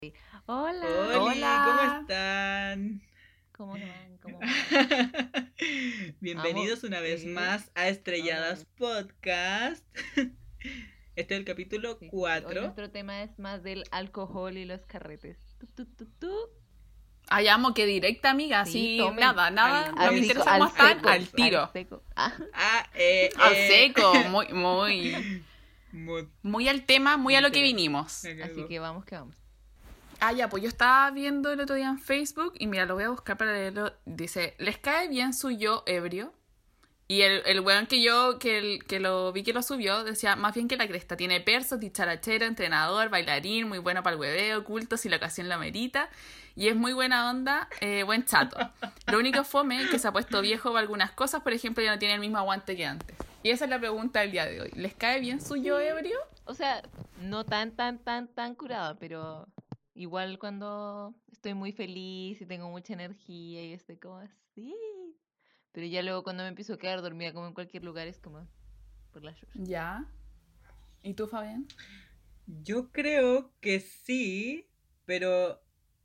Hola, Oli, ¿cómo Hola. están? ¿cómo van? ¿Cómo van? Vamos, Bienvenidos una vez más a vamos. Estrelladas Podcast. Este es el capítulo Sí. Hoy 4. nuestro tema es más del alcohol y los carretes. Tu. Ay, amo que directa, amiga. Sí, Así, tomen. nada. No me Al interesa Al cómo están, seco, al hueso. al tiro. seco. Ah, Al seco, Mood. muy al tema, muy a lo que Literal. vinimos. Me Así cagó. que vamos que vamos. Ah, ya, pues yo estaba viendo el otro día en Facebook y mira, lo voy a buscar para leerlo. Dice, ¿les cae bien su yo ebrio? Y el weón que lo vi que lo subió, decía, más bien que la cresta. Tiene perso, dicharachero, entrenador, bailarín, muy bueno para el hueveo, culto si la ocasión lo amerita. Y es muy buena onda, buen chato. Lo único fome es que se ha puesto viejo para algunas cosas, por ejemplo, ya no tiene el mismo aguante que antes. Y esa es la pregunta del día de hoy. ¿Les cae bien su yo ebrio? O sea, no tan curada, pero igual cuando estoy muy feliz y tengo mucha energía y estoy como así. Pero ya luego cuando me empiezo a quedar dormida como en cualquier lugar es como por la chucha. Ya. ¿Y tú, Fabián? Yo creo que sí, pero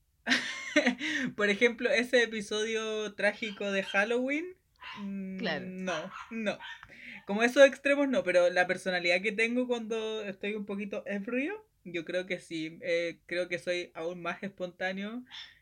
por ejemplo, ese episodio trágico de Halloween, Claro. no. Como esos extremos no, pero la personalidad que tengo cuando estoy un poquito ebrio, yo creo que sí. Creo que soy aún más espontáneo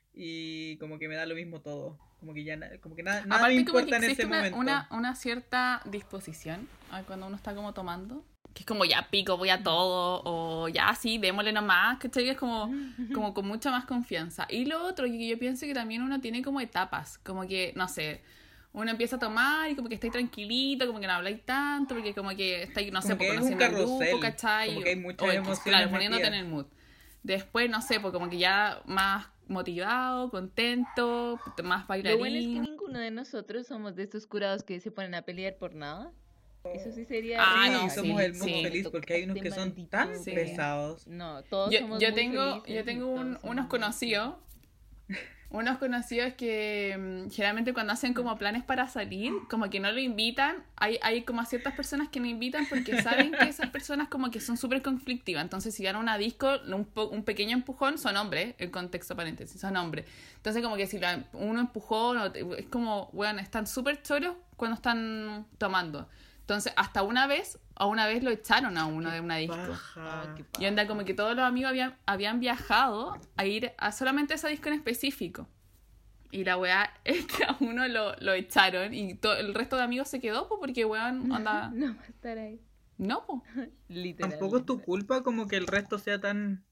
y como que me da lo mismo todo. Como que ya como que nada me Aparte como que importa en ese existe momento. una cierta disposición cuando uno está como tomando. Que es como ya pico, voy a todo. O ya sí, démosle nomás. ¿Cachai? Es como con mucha más confianza. Y lo otro, que yo pienso que también uno tiene como etapas. Como que, no sé, uno empieza a tomar y como que estáis tranquilito, como que no habláis tanto, porque como que estáis, no sé, Como pues que es un conociendo al grupo, carrusel. ¿cachai? Como que hay O muchas X, claro, emociones poniéndote en metidas. el mood. Después, no sé, pues como que ya más motivado, contento, más Lo bueno es que bailarín. ninguno de nosotros somos de estos curados que se ponen a pelear por nada. Eso sí sería Ah, Sí, no, rechazable. somos sí, el mood Como me sí. feliz porque hay unos tocaste que son tan maldito, Sí. como... pesados. No, todos Yo, somos yo muy tengo, yo felices y tengo todos somos unos muy chill. conocidos. Unos conocidos que generalmente cuando hacen como planes para salir, como que no lo invitan. Hay como a ciertas personas que no invitan porque saben que esas personas como que son súper conflictivas. Entonces si van a una disco, un pequeño empujón, son hombres, el contexto paréntesis, son hombres. Entonces como que si uno empujó, es como, bueno, están súper choros cuando están tomando. Entonces a una vez lo echaron a uno Qué de una disco. Oh, paja. qué Y onda, paja. como que todos los amigos habían viajado a ir a solamente esa disco en específico. Y la weá es que a uno lo echaron y el resto de amigos se quedó, pues, porque weón, onda. No va a estar ahí. No, pues. Tampoco es tu Literal. culpa como que el resto sea tan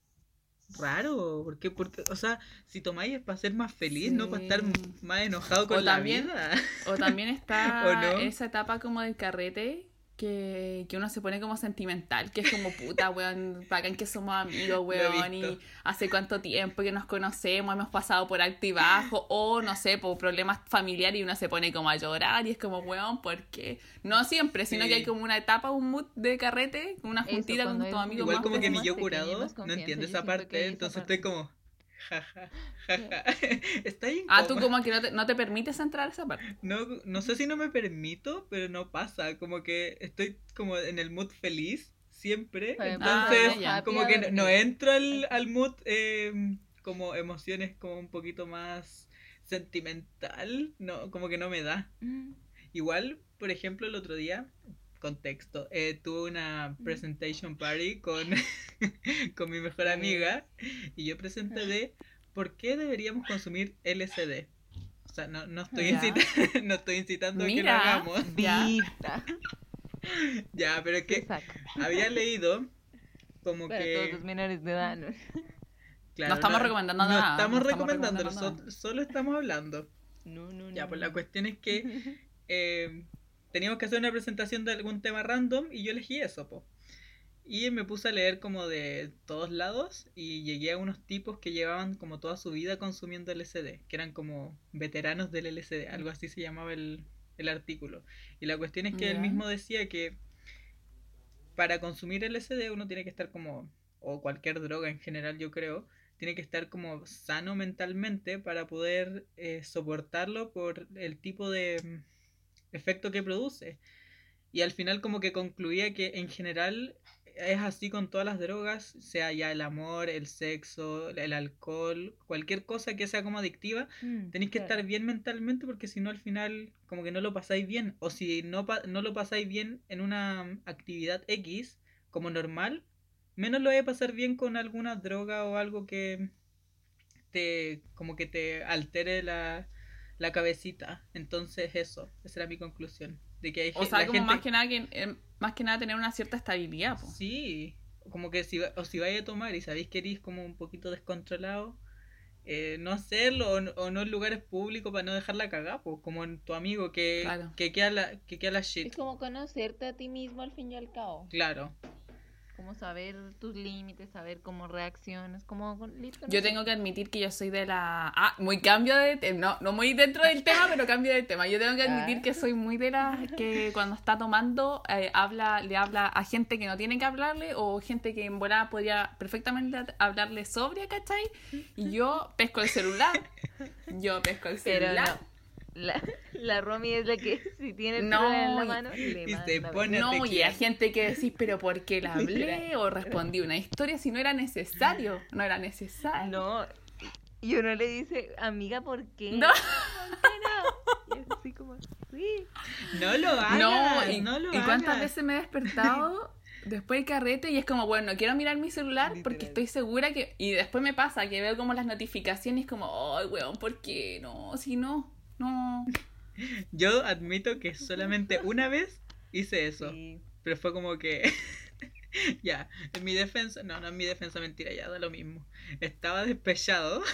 raro. Porque, o sea, si tomáis es para ser más feliz, no para estar Sí. más enojado O con la también, vida. o también ¿O está no? esa etapa como del carrete que uno se pone como sentimental, que es como puta, weón, bacán que somos amigos, Lo he weón, visto. y hace cuánto tiempo que nos conocemos, hemos pasado por alto y bajo, o no sé, por problemas familiares y uno se pone como a llorar y es como, weón, ¿por qué? No siempre, sino que hay Sí. como una etapa, un mood de carrete, una Eso, juntita cuando con tus es un amigos Igual más grupo como que como ni más yo precisos. pequeño y más curado no confianza, entiendo yo esa siento que hay parte, esa entonces estoy parte. como, jaja, jaja. Está Ah, tú incómodo. como que no te permites entrar a esa parte. No sé si no me permito, pero no pasa. Como que estoy como en el mood feliz siempre. Fabián pasa de lo Ah, Entonces, ya. happy como a que no dormido. entro al Así. mood como emociones como un poquito más sentimental. No, como que no me da. Mm, Igual, por ejemplo, el otro día, contexto, tuve una mm. presentation party con, con mi mejor Uh, amiga y yo presenté de por qué deberíamos consumir LSD. O sea, no estoy Ya. no estoy incitando a que lo Mira, hagamos. ya. Dita. Ya, pero es Se que saca. había leído como Para todos los que, menores de edad, ¿no? No claro, estamos recomendando no nada, no estamos estamos recomendándolo, recomendando nada. solo estamos hablando. Ya, pues la cuestión es que eh, teníamos que hacer una presentación de algún tema random y yo elegí eso, po. Y me puse a leer como de todos lados y llegué a unos tipos que llevaban como toda su vida consumiendo LSD, que eran como veteranos del LSD, algo así se llamaba el artículo. Y la cuestión es que él Ya. mismo decía que para consumir LSD uno tiene que estar como, o cualquier droga en general yo creo, tiene que estar como sano mentalmente para poder soportarlo por el tipo de efecto que produce. Y al final como que concluía que en general es así con todas las drogas, sea ya el amor, el sexo, el alcohol, cualquier cosa que sea como adictiva, tenéis que estar bien mentalmente porque si no al final como que no lo pasáis bien. O si no lo pasáis bien en una actividad X como normal, menos lo vais a pasar bien con alguna droga o algo que como que te altere la cabecita. Entonces esa era mi conclusión. De que hay O sea, la como gente... más que nada tener una cierta estabilidad, po. Sí, como que si vais a tomar y sabéis que eres como un poquito descontrolado, no hacerlo o no en lugares públicos para no dejarla cagar, pues, como en tu amigo Claro. que queda la shit. Es como conocerte a ti mismo al fin y al cabo. Claro. Como saber tus límites, saber cómo reaccionas, listo. Yo tengo que admitir que yo soy de la... muy cambio de tema. No muy dentro del tema, pero cambio de tema. Yo tengo que admitir que soy muy de las que cuando está tomando le habla a gente que no tiene que hablarle o gente que en volada podría perfectamente hablarle sobria, ¿cachai? Y yo pesco el celular. Pero no. La Romy es la que si tiene el celular en la mano le y manda. se pone No, y hay gente que decís, pero ¿por qué la hablé? O respondí una historia si no era necesario. No era necesario. No, y uno le dice, amiga, ¿por qué? No. ¿Por qué no? Y es así como, sí. No lo hagas, no lo ¿Y hagas. cuántas veces me he despertado después del carrete y es como, bueno, no quiero mirar mi celular porque Literal. estoy segura que... Y después me pasa que veo como las notificaciones como, ay, weón, ¿por qué? No, si no. Yo admito que solamente una vez hice eso. Sí. Pero fue como que... ya, en mi defensa... No, en mi defensa, mentira, ya da lo mismo. Estaba despechado.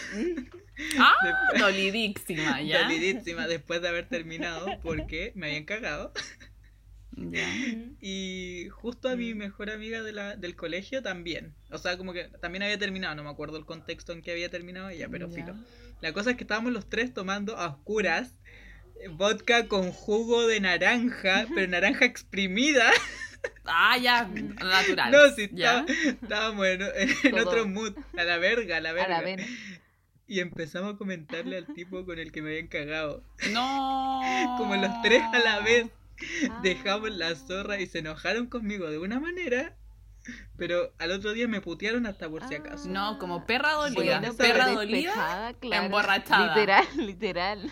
Dolidísima, ¿ya? Dolidísima después de haber terminado porque me habían cagado. Ya. Y justo a mi mejor amiga del colegio también. O sea, como que también había terminado. No me acuerdo el contexto en que había terminado ella, pero Ya. filo. La cosa es que estábamos los tres tomando a oscuras vodka con jugo de naranja, pero naranja exprimida. Ya, natural. No, sí, ¿Ya? estábamos en otro mood. A la verga. A la vena. Y empezamos a comentarle al tipo con el que me habían cagado. No. Como los tres a la vez. Dejamos la zorra y se enojaron conmigo de una manera. Pero al otro día me putearon hasta por si acaso. No, como perra dolida. Bueno, perra pero dolida, despejada, claro. emborrachada. Literal.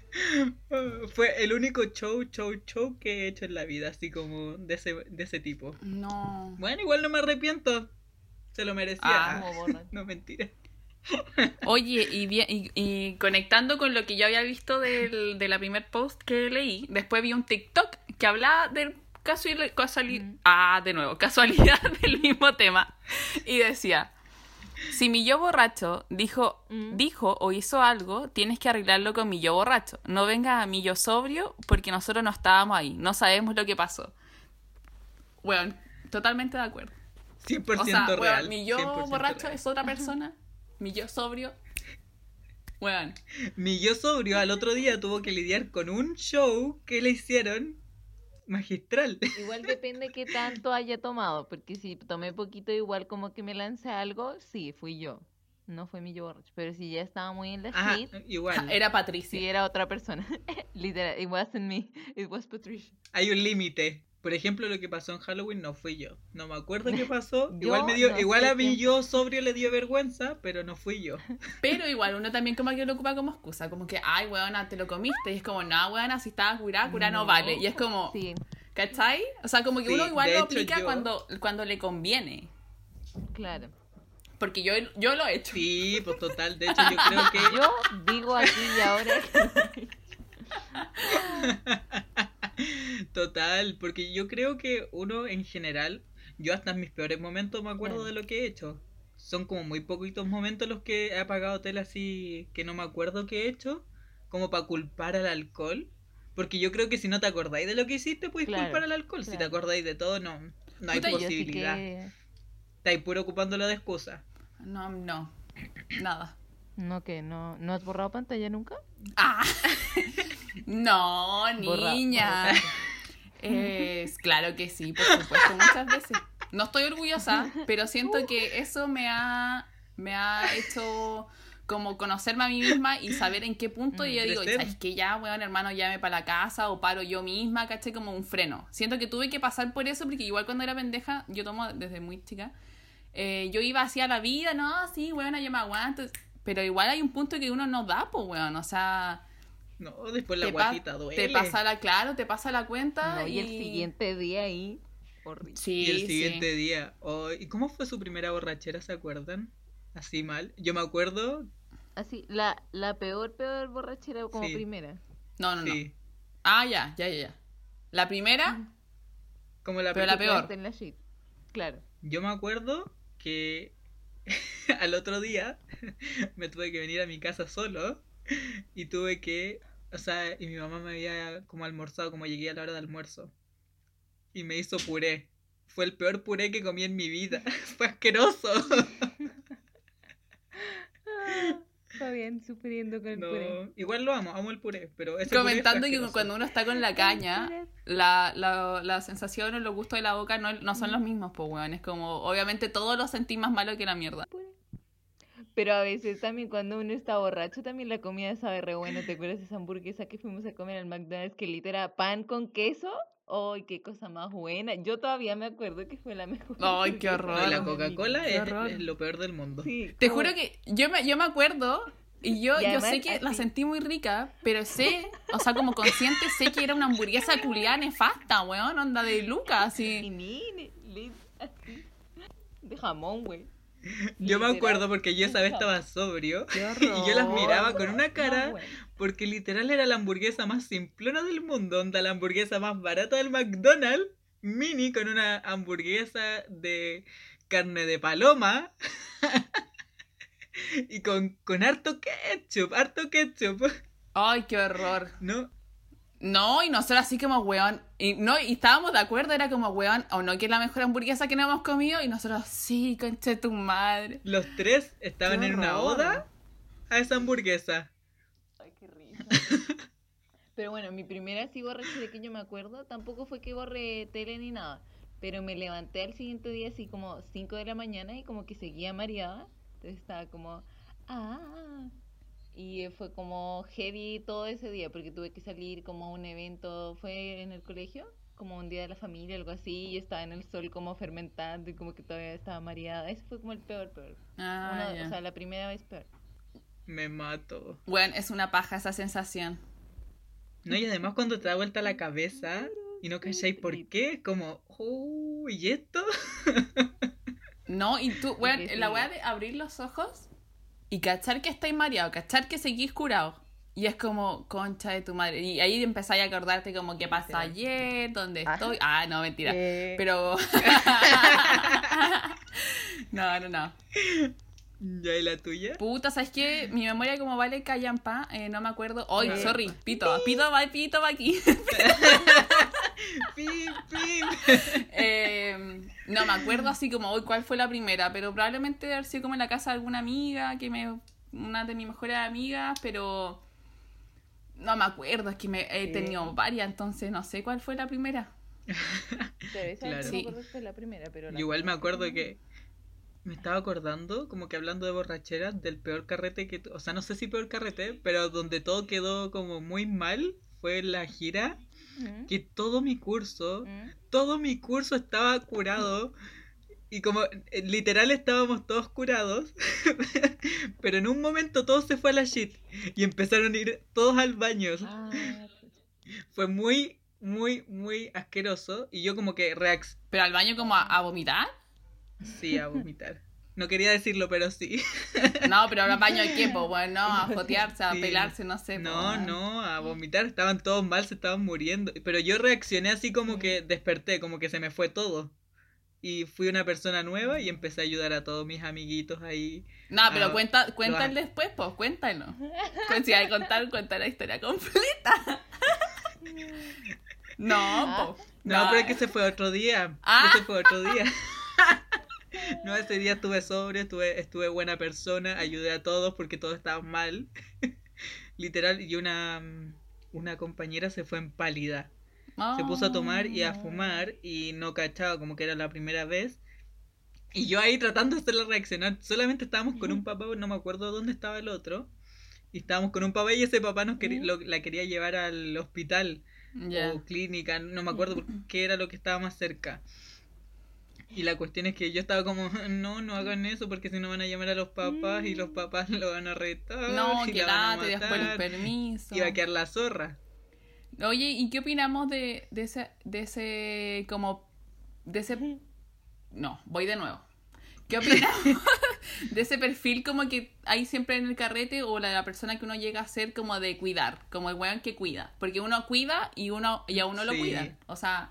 Fue el único show que he hecho en la vida, así como de ese tipo. No. Bueno, igual no me arrepiento. Se lo merecía. Como borracho. No, mentira. Oye, y conectando con lo que yo había visto de la primer post que leí, después vi un TikTok que hablaba del casualidad del mismo tema. Y decía, si mi yo borracho dijo o hizo algo, tienes que arreglarlo con mi yo borracho. No vengas a mi yo sobrio porque nosotros no estábamos ahí. No sabemos lo que pasó. Bueno, totalmente de acuerdo. 100% O sea, real. bueno, mi yo 100% borracho real. es otra persona. Mi yo sobrio. Bueno. Mi yo sobrio al otro día tuvo que lidiar con un show que le hicieron magistral. Igual depende qué tanto haya tomado, porque si tomé poquito igual como que me lancé algo, sí, fui yo. No fue mi yo borracho, pero si ya estaba muy en la Ajá, shit, igual. Era Patricia. sí era otra persona. Literal, it wasn't me, it was Patricia. Hay un límite. Por ejemplo, lo que pasó en Halloween no fui yo. No me acuerdo qué pasó. Yo igual no sé a mí quién yo sobrio le dio vergüenza, pero no fui yo. Pero igual uno también como que lo ocupa como excusa. Como que, ay, weona, te lo comiste. Y es como, no, weona, si estaba curada no vale. Y es como, Sí, ¿cachai? O sea, como que Sí, uno igual de lo hecho, aplica yo- cuando le conviene. claro. Porque yo lo he hecho. Sí, pues total. De hecho, yo creo que... Yo digo aquí y ahora Total, porque yo creo que uno en general, yo hasta en mis peores momentos me acuerdo Claro. de lo que he hecho. Son como muy poquitos momentos los que he apagado tele así que no me acuerdo que he hecho, como para culpar al alcohol. Porque yo creo que si no te acordáis de lo que hiciste, puedes Claro, culpar al alcohol. Si te claro. acordáis de todo, no hay Puta, yo yo sí posibilidad. que... Estáis puro ocupándolo de excusa. No, nada. No, que no has borrado pantalla nunca. No, niña. Claro que sí, por supuesto, muchas veces. No estoy orgullosa, pero siento que eso me ha hecho como conocerme a mí misma y saber en qué punto yo digo, crecer. ¿sabes qué? Ya, weón, hermano, llame para la casa o paro yo misma, ¿cachai? Como un freno. Siento que tuve que pasar por eso porque igual cuando era pendeja, yo tomo desde muy chica, yo iba hacia la vida, no, sí, weón, yo me aguanto. Pero igual hay un punto que uno no da, pues, weón, o sea... No, después la guatita duele. Te pasa te pasa la cuenta No, y el siguiente día ahí, horrible. Sí, Y el siguiente día. Oh, ¿y cómo fue su primera borrachera? ¿Se acuerdan? Así mal. Yo me acuerdo. Así, la peor borrachera como Sí. primera. No. Sí. Ah, ya. La primera, Como la pero la primera. peor. En la shit. Claro. Yo me acuerdo que al otro día me tuve que venir a mi casa solo y tuve que, o sea, y mi mamá me había como almorzado, como llegué a la hora de almuerzo y me hizo puré. Fue el peor puré que comí en mi vida. Fue asqueroso. Fabián sufriendo con el No, puré. igual lo amo el puré, pero ese Comentando puré que fue asqueroso. cuando uno está con la caña, la sensación o los gustos de la boca no son los mismos, pues, weón. Es como, obviamente, todo lo sentí más malo que la mierda. Pero a veces también cuando uno está borracho también la comida sabe re bueno. ¿Te acuerdas de esa hamburguesa que fuimos a comer al McDonald's que literal era pan con queso? ¡Ay, qué cosa más buena! Yo todavía me acuerdo que fue la mejor. Ay, qué hamburguesa horror. No, y que la comí en mi Coca-Cola vida. Qué es, horror. es lo peor del mundo. Sí, Te como- juro que yo me acuerdo y yo Y además, sé que la así- sentí muy rica, pero sé, o sea, como consciente sé que era una hamburguesa culiada nefasta, weón, onda de Lucas, así. Y así, de jamón, güey. Yo me Literal, acuerdo porque yo esa vez un estaba sobrio Qué y yo las horror. miraba con una cara No, güey. porque literal era la hamburguesa más simplona del mundo, onda la hamburguesa más barata del McDonald's, mini con una hamburguesa de carne de paloma y con harto ketchup, Ay, qué horror. ¿no? No, y nosotros así como, weón, y estábamos de acuerdo, era como, weón, o no, que es la mejor hamburguesa que no hemos comido, y nosotros, sí, conche tu madre. Los tres estaban Qué en una horror. oda a esa hamburguesa. Ay, qué risa. Pero bueno, mi primera así borrachera que yo me acuerdo tampoco fue que borré tele ni nada. Pero me levanté al siguiente día así como 5 de la mañana y como que seguía mareada. Entonces estaba como, ah. Y fue como heavy todo ese día porque tuve que salir como a un evento, fue en el colegio, como un día de la familia, algo así, y estaba en el sol como fermentando y como que todavía estaba mareada. Ese fue como el peor. Ah, ya. O sea, la primera vez peor. Me mato. Weón, es una paja esa sensación. No, y además cuando te da vuelta la cabeza y no cacháis por qué, es como, oh, ¿y esto? No, y tú, weón, que la sí. weá de abrir los ojos y cachar que estáis mareado, cachar que seguís curado. Y es como, concha de tu madre. Y ahí empezáis a acordarte como qué pasó ayer, dónde Ajá. estoy. Ah, no, mentira. Eh. Pero. No. ¿Ya y la tuya? Puta, ¿sabes qué? Mi memoria como vale callampa, no me acuerdo. Ay, sorry, pito va aquí. ¡Pim, pim! No me acuerdo así como hoy cuál fue la primera, pero probablemente debe haber sido como en la casa de alguna amiga, una de mis mejores amigas, pero no me acuerdo, es que he tenido varias, entonces no sé cuál fue la primera. Claro. Sí. Sí. No me acuerdo si fue la primera, pero la Igual me primera acuerdo fue- que me estaba acordando, como que hablando de borracheras, del peor carrete que... O sea, no sé si peor carrete, pero donde todo quedó como muy mal fue la gira, ¿Mm? que todo mi curso ¿Mm? estaba curado y como literal estábamos todos curados, pero en un momento todo se fue a la shit y empezaron a ir todos al baño. Ah, Fue muy, muy, muy asqueroso y yo como que Pero al baño como a vomitar. sí, a vomitar. No quería decirlo, pero sí. No, pero al baño de qué, pues bueno, a jotearse, a Sí. pelarse, no sé. No, a vomitar, estaban todos mal, se estaban muriendo. Pero yo reaccioné así como que desperté, como que se me fue todo. Y fui una persona nueva y empecé a ayudar a todos mis amiguitos ahí. No, pero Ah, cuenta lo el después, pues cuéntalo. Pues si hay que cuenta la historia completa. No, pues. No, pero es que ese fue otro día. Ah. Ese fue otro día. No, ese día estuve sobrio, estuve buena persona, ayudé a todos porque todos estaban mal. Literal, y una compañera se fue en pálida. Se puso a tomar y a fumar y no cachaba como que era la primera vez. Y yo ahí tratando de hacerla reaccionar. Solamente estábamos con un papá, no me acuerdo dónde estaba el otro. Y estábamos con un papá y ese papá la quería llevar al hospital o clínica, no me acuerdo qué era lo que estaba más cerca. Y la cuestión es que yo estaba como, no hagan eso porque si no van a llamar a los papás y los papás lo van a retar. No, y que la van a late, después matar, los permisos. y va a quedar la zorra. Oye, ¿y qué opinamos de ese como de ese no, voy de nuevo. ¿Qué opinamos de ese perfil como que hay siempre en el carrete o la persona que uno llega a ser como de cuidar, como el weón que cuida? Porque uno cuida y a uno lo cuidan. O sea,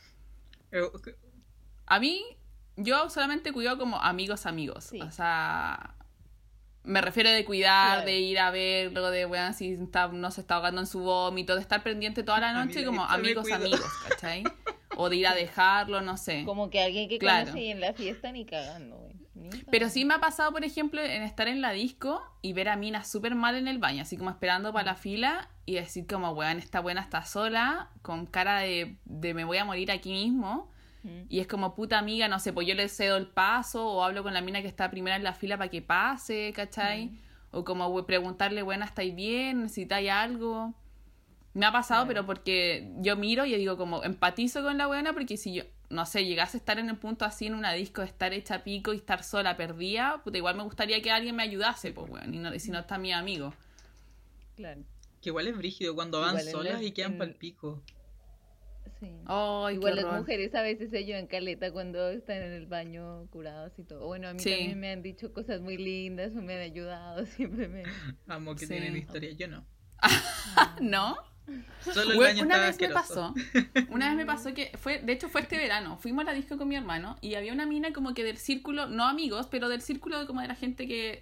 a mí, yo solamente cuido como amigos. Sí. O sea, me refiero de cuidar, claro, de ir a verlo, de weón si no se está ahogando en su vómito, de estar pendiente toda la noche como amigos, ¿cachai? O de ir a dejarlo, no sé. Como que alguien que conoce y en la fiesta ni cagando, güey. Pero sí me ha pasado, por ejemplo, en estar en la disco y ver a minas súper mal en el baño, así como esperando para la fila y decir como, weón, esta buena está sola, con cara de me voy a morir aquí mismo. Y es como, puta amiga, no sé, pues yo le cedo el paso o hablo con la mina que está primera en la fila para que pase, ¿cachai? O como preguntarle, bueno, ¿estáis bien? ¿Necesitáis algo? Me ha pasado, pero porque yo miro y yo digo como, empatizo con la buena porque si yo, no sé, llegase a estar en el punto así en una disco, de estar hecha pico y estar sola, perdida, puta, igual me gustaría que alguien me ayudase, pues, weón, y si no está mi amigo. Claro. Que igual es brígido cuando van solas y quedan pa'l pico. Sí. Oh, igual las mujeres a veces se llevan caleta cuando están en el baño curados y todo. Bueno, a mí también me han dicho cosas muy lindas o me han ayudado, siempre me... Amo que tienen historias, yo no. ¿No? Solo el baño una vez me pasó que de hecho fue este verano, fuimos a la disco con mi hermano y había una mina como que del círculo, no amigos, pero del círculo como de la gente que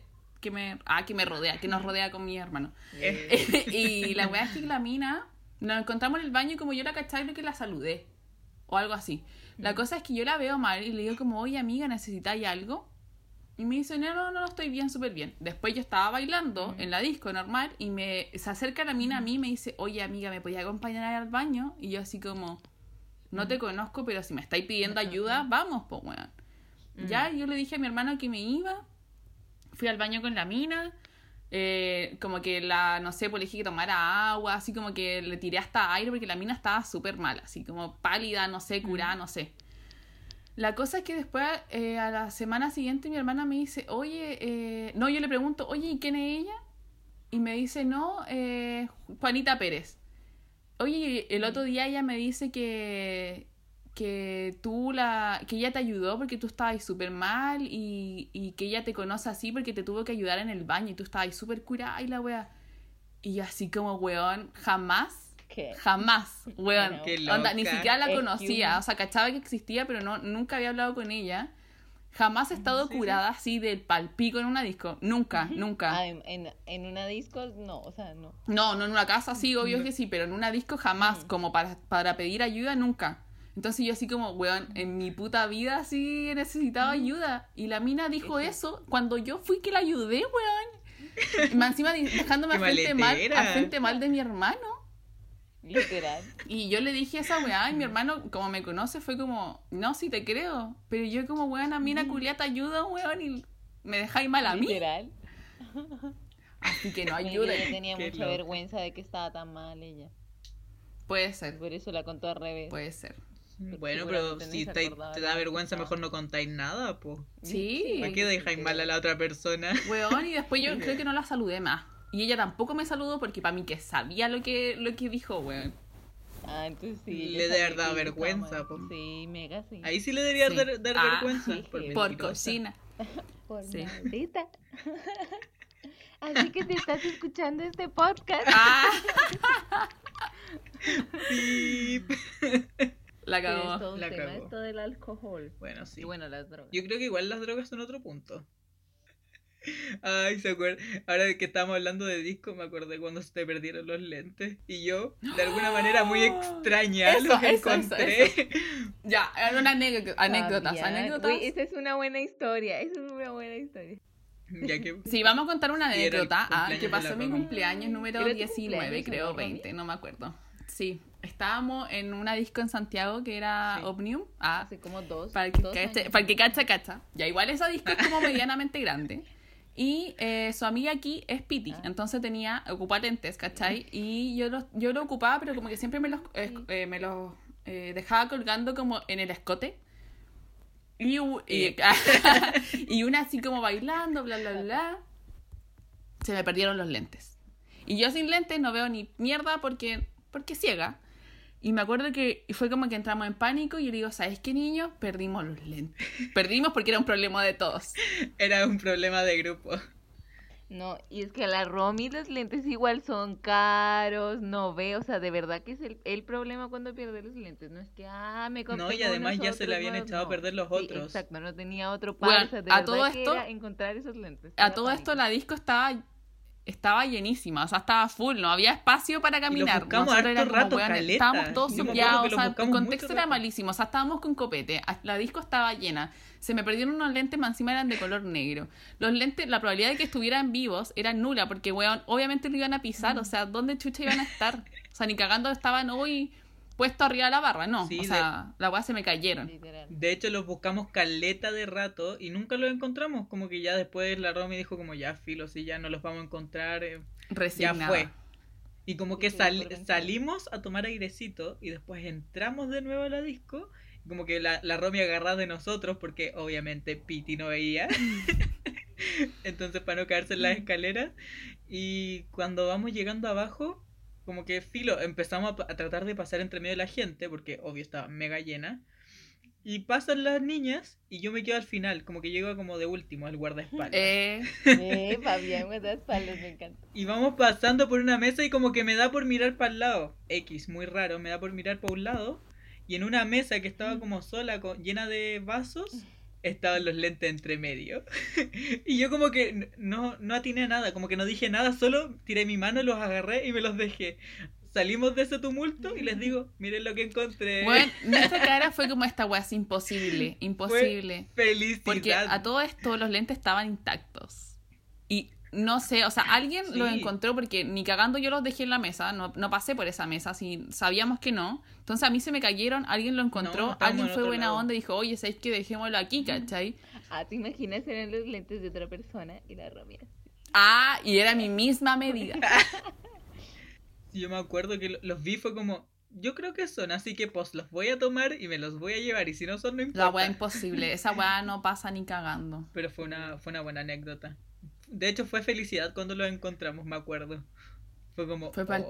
nos rodea con mi hermano. Y la weá es que la mina nos encontramos en el baño y como yo la cachai, creo que la saludé o algo así. La cosa es que yo la veo mal y le digo como, oye amiga, ¿necesitáis algo? Y me dice, no, estoy bien, súper bien. Después yo estaba bailando en la disco normal y se acerca la mina a mí y me dice, oye amiga, ¿me podías acompañar al baño? Y yo así como, no te conozco, pero si me estáis pidiendo ayuda, vamos, pues weón. Ya, yo le dije a mi hermano que me iba, fui al baño con la mina, como que no sé, pues le dije que tomara agua, así como que le tiré hasta aire porque la mina estaba súper mal, así como pálida, no sé, curada, no sé. La cosa es que después, a la semana siguiente, mi hermana me dice, oye, yo le pregunto, oye, ¿y quién es ella? Y me dice, no, Juanita Pérez. Oye, el otro día ella me dice que ella te ayudó porque tú estabas súper mal y que ella te conoce así porque te tuvo que ayudar en el baño y tú estabas súper curada y la wea. Y yo así como, weón, jamás, weón, onda, ni siquiera la conocía, o sea, cachaba que existía, pero nunca había hablado con ella. Jamás he estado curada así del palpico en una disco, nunca. En una disco, no, o sea, no. No, en una casa sí, obvio que sí, pero en una disco jamás, como para pedir ayuda, nunca. Entonces yo así como, weón, en mi puta vida sí he necesitado ayuda. Y la mina dijo eso cuando yo fui que la ayudé, weón. Y más encima dejándome al frente mal de mi hermano. Literal. Y yo le dije a esa weá, y mi hermano, como me conoce, fue como, no, sí te creo. Pero yo como, weón, a mí la culia te ayuda, weón, y me dejáis mal a mí. Literal. Así que no ayuda. Ella tenía mucha vergüenza de que estaba tan mal ella. Puede ser. Por eso la contó al revés. Puede ser. Bueno, pero si te da vergüenza, mejor no contáis nada, po. Sí. ¿Para qué dejáis mal a la otra persona? Weón, y después yo creo que no la saludé más. Y ella tampoco me saludó porque para mí que sabía lo que dijo, weón. Ah, entonces sí. Le debe haber dado vergüenza, po. Sí, mega sí. Ahí sí le debería dar vergüenza. Por cocina. Por maldita. Así que te estás escuchando este podcast. Sí. La cagó. Es todo un tema, esto del alcohol. Bueno, sí. Y bueno, las drogas. Yo creo que igual las drogas son otro punto. Ay, se acuerda. Ahora que estábamos hablando de disco, me acordé cuando se te perdieron los lentes. Y yo, de alguna manera muy extraña, los encontré. Eso. Ya, eran anécdotas. Uy, esa es una buena historia. Ya que, sí, vamos a contar una anécdota que pasó en mi cumpleaños número 19, creo 20, no me acuerdo. Sí, estábamos en una disco en Santiago que era Omnium. Hace como dos para el que cacha. Ya, igual esa disco es como medianamente grande. Y su amiga aquí es Piti, entonces ocupaba lentes, ¿cachai? Y yo lo ocupaba, pero como que siempre me los dejaba colgando como en el escote. Y una así como bailando, bla, bla, bla. Se me perdieron los lentes. Y yo sin lentes no veo ni mierda porque ciega. Y me acuerdo que fue como que entramos en pánico y yo le digo, ¿sabes qué, niños? Perdimos los lentes. Perdimos porque era un problema de todos. Era un problema de grupo. No, y es que a la Romy los lentes igual son caros, no ve, o sea, de verdad que es el problema cuando pierde los lentes, no es que, me compré. No, y además ya se le habían echado a perder los otros. Sí, exacto, no tenía otro par, o sea, de verdad que era encontrar esos lentes. A todo esto la disco estaba llenísima, o sea, estaba full, no había espacio para caminar. Y buscamos harto rato, caleta. Estábamos todos subiados, o sea, el contexto era malísimo, o sea, estábamos con copete, la disco estaba llena, se me perdieron unos lentes, más encima eran de color negro. Los lentes, la probabilidad de que estuvieran vivos era nula, porque, weón, obviamente lo iban a pisar, o sea, ¿dónde chucha iban a estar? O sea, ni cagando estaban hoy puestos arriba de la barra, no, sí, o sea, la weá se me cayeron. Literal. De hecho, los buscamos caleta de rato y nunca los encontramos, como que ya después la Romy dijo como ya filo, si ya no los vamos a encontrar, resignada. Ya fue. Y como que salimos a tomar airecito y después entramos de nuevo a la disco, y como que la Romy agarrada de nosotros porque obviamente Piti no veía. Entonces para no caerse en las escaleras, y cuando vamos llegando abajo, como que filo, empezamos a tratar de pasar entre medio de la gente, porque obvio estaba mega llena. Y pasan las niñas y yo me quedo al final, como que llego como de último, al guardaespaldas. Fabián, guardaespaldas, me encanta. Y vamos pasando por una mesa y como que me da por mirar para el lado. Muy raro, me da por mirar para un lado. Y en una mesa que estaba como sola, llena de vasos, estaban los lentes entre medio. Y yo como que no atiné a nada, como que no dije nada, solo tiré mi mano, los agarré y me los dejé. Salimos de ese tumulto y les digo, miren lo que encontré. Bueno, nuestra cara fue como esta weá, es imposible. Fue felicidad. Porque a todo esto los lentes estaban intactos. Y no sé, o sea, alguien los encontró porque ni cagando yo los dejé en la mesa, no pasé por esa mesa, si sabíamos que no. Entonces a mí se me cayeron, alguien lo encontró, alguien fue buena onda y dijo, oye, ¿sabes qué? Dejémoslo aquí, ¿cachai? ¿Te imaginas eran los lentes de otra persona y la Romy así? Y era mi misma medida. Yo me acuerdo que los vi, fue como, yo creo que son, así que pues los voy a tomar y me los voy a llevar, y si no son, no importa. La weá imposible, esa weá no pasa ni cagando. Pero fue una buena anécdota. De hecho fue felicidad cuando los encontramos, me acuerdo. Fue como... Fue pa'l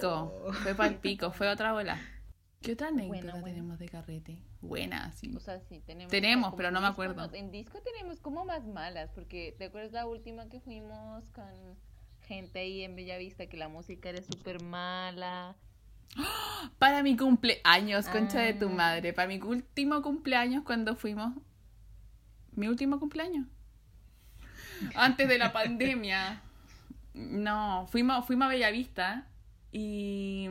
pico, fue otra bola. ¿Qué otra anécdota tenemos de carrete? Buena, sí. O sea, sí, tenemos, pero no me acuerdo. En disco tenemos como más malas, porque ¿te acuerdas la última que fuimos con gente ahí en Bellavista, que la música era súper mala? Para mi cumpleaños, concha de tu madre. Para mi último cumpleaños, cuando fuimos... ¿Mi último cumpleaños? Antes de la pandemia. No, fuimos a Bellavista y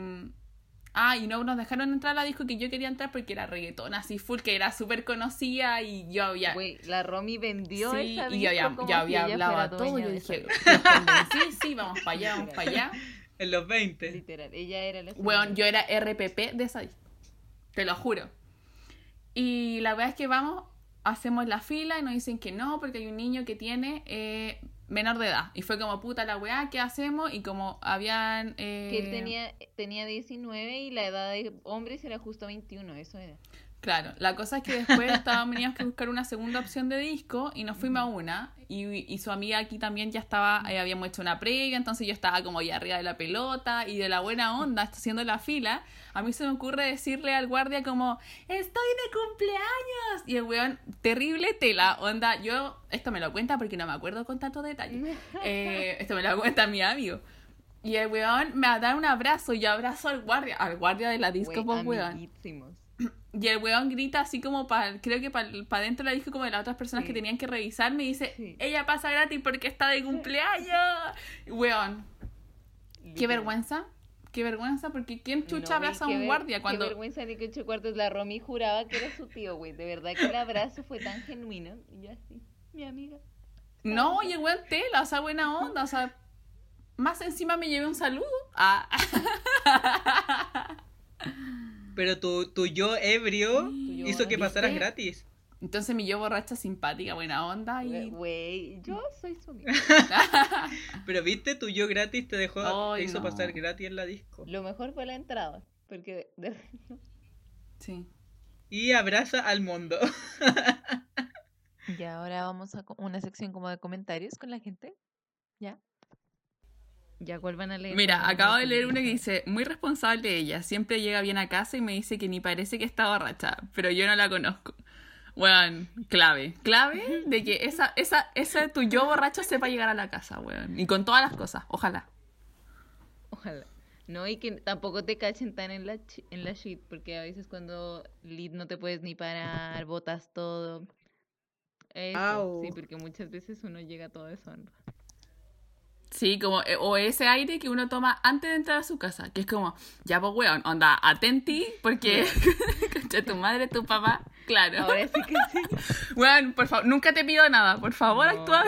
no nos dejaron entrar a la disco que yo quería entrar porque era reggaetón así full, que era súper conocida, y yo había... Güey, la Romy vendió esa disco, y yo había hablado a todo, yo dije, sí, vamos para allá. En los 20. Literal, ella era la... Bueno, yo era RPP de esa disco, te lo juro. Y la verdad es que hacemos la fila y nos dicen que no, porque hay un niño que tiene menor de edad. Y fue como, puta la weá, ¿qué hacemos? Y como habían... Que él tenía 19 y la edad de hombres era justo 21, eso era. Claro, la cosa es que después teníamos que buscar una segunda opción de disco y nos fuimos a una, y su amiga aquí también ya estaba, habíamos hecho una previa, entonces yo estaba como ya arriba de la pelota y de la buena onda, haciendo la fila. A mí se me ocurre decirle al guardia como, ¡estoy de cumpleaños! Y el weón, terrible tela, onda, esto me lo cuenta porque no me acuerdo con tanto detalle, esto me lo cuenta mi amigo. Y el weón me da un abrazo, y yo abrazo al guardia de la disco, pues weón. Y el weón grita así como creo que para dentro de la disco, como de las otras personas que tenían que revisar, me dice, ella pasa gratis porque está de cumpleaños. Weón, qué vergüenza, porque ¿quién chucha abraza a un guardia cuando... Qué vergüenza ni que ocho cuartos, la Romy juraba que era su tío, güey, de verdad que el abrazo fue tan genuino, y yo así, mi amiga. No, y el weón tela, o sea, buena onda, o sea, más encima me llevé un saludo. Pero tu yo ebrio hizo que pasaras ¿Viste? gratis. Entonces mi yo borracha simpática, buena onda y... Güey, yo soy su amiga. Pero viste, tu yo gratis te dejó, Ay, te hizo no. pasar gratis en la disco. Lo mejor fue la entrada. Porque Sí. Y abraza al mundo. Ya, ahora vamos a una sección como de comentarios con la gente. ¿Ya? Ya, ¿cuál van a leer? Mira, acabo de leer una que dice, muy responsable ella, siempre llega bien a casa y me dice que ni parece que está borracha, pero yo no la conozco. Weón, clave de que esa tu yo borracho sepa llegar a la casa, weón. Y con todas las cosas, ojalá. Ojalá. No, y que tampoco te cachen tan en la shit, porque a veces cuando no te puedes ni parar, botas todo. Eso, Au. sí, porque muchas veces uno llega todo deshonra. Sí, como, o ese aire que uno toma antes de entrar a su casa, que es como, ya pues weón, onda, atenti, porque concha tu madre, tu papá, claro. Ahora sí que sí. Weón, por favor, nunca te pido nada, por favor, No, actúa.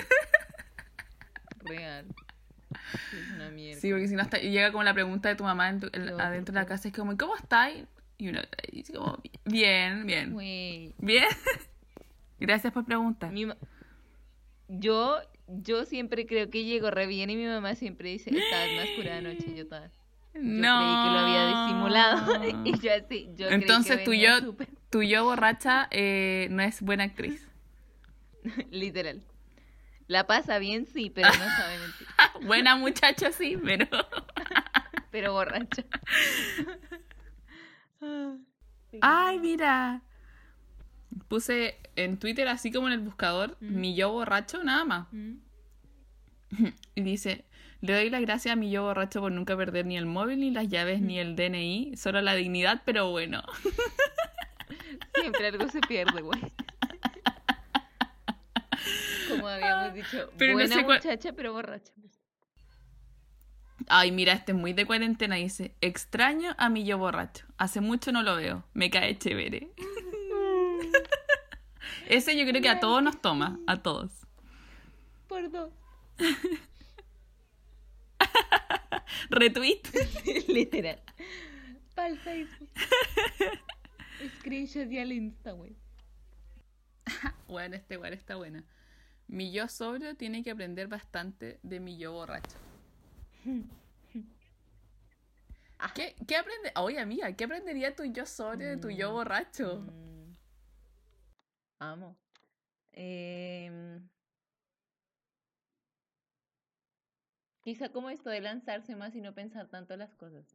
Real. Sí, es una mierda. Sí, porque si no hasta llega como la pregunta de tu mamá No, adentro de la casa, es como, ¿cómo estás? Y uno dice como, bien. Güey. Bien. Gracias por preguntar. Yo siempre creo que llego re bien y mi mamá siempre dice, estabas más curada anoche y yo toda. Yo No. creí que lo había disimulado y yo así, yo Entonces creí que venía tu yo borracha no es buena actriz. Literal. La pasa bien, sí, pero no sabe mentir. Buena muchacha, sí, pero... Pero borracha. Ay, mira. Puse en Twitter, así como en el buscador, mi yo borracho, nada más. Y dice, le doy las gracias a mi yo borracho por nunca perder ni el móvil, ni las llaves, ni el DNI, solo la dignidad, pero bueno. Siempre algo se pierde, güey. Como habíamos dicho, Pero buena no sé muchacha, pero borracha. Ay, mira, este es muy de cuarentena. Dice, extraño a mi yo borracho. Hace mucho no lo veo. Me cae chévere. Ese yo creo que a todos nos toma. A todos. Por dos. Retweet. Literal. Para el Facebook. Screenshot y al Insta, güey. Bueno, este igual está buena. Mi yo sobrio tiene que aprender bastante de mi yo borracho. ¿Qué aprende? Oye, amiga, ¿qué aprendería tu yo sobrio de tu yo borracho? Amo. Quizá como esto de lanzarse más y no pensar tanto las cosas.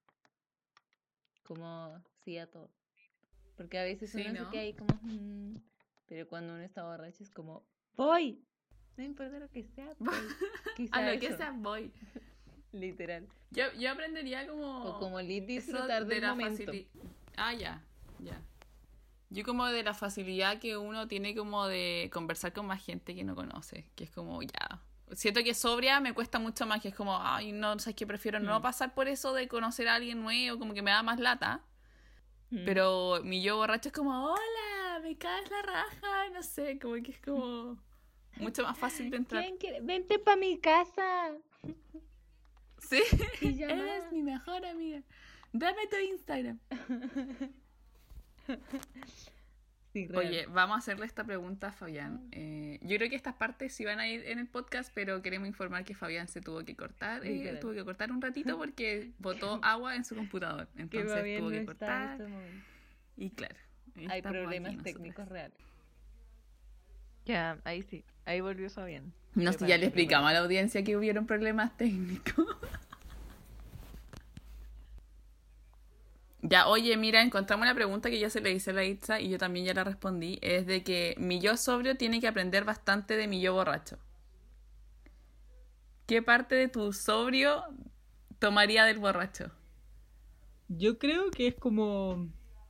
Como sí a todo. Porque a veces Sí, uno ¿no? se queda ahí como... pero cuando uno está borracho es como... ¡Voy! No importa lo que sea, voy. Quizá A lo que eso. sea voy. Literal. Yo aprendería como... O como disfrutar eso de del la momento. Ah, ya. Yo como de la facilidad que uno tiene como de conversar con más gente que no conoce. Que es como, ya... Siento que sobria me cuesta mucho más. Que es como, ay, no, sabes que prefiero no pasar por eso de conocer a alguien nuevo. Como que me da más lata. Pero mi yo borracho es como, hola, me caes la raja. No sé, como que es como... Mucho más fácil de entrar. ¿Quién quiere? Vente pa' mi casa. Sí, Pijama. eres mi mejor amiga. Dame tu Instagram. Sí, real. Oye, vamos a hacerle esta pregunta a Fabián. Yo creo que estas partes sí van a ir en el podcast, pero queremos informar que Fabián se tuvo que cortar. Tuvo que cortar un ratito porque botó agua en su computador. Entonces tuvo que cortar. Y claro, hay problemas técnicos reales. Ya, ahí sí. Ahí volvió Fabián. No sé, ya le explicamos a la audiencia que hubieron problemas técnicos. Ya, oye, mira, encontramos una pregunta que ya se le hice a la Itza y yo también ya la respondí. Es de que mi yo sobrio tiene que aprender bastante de mi yo borracho. ¿Qué parte de tu sobrio tomaría del borracho? Yo creo que es como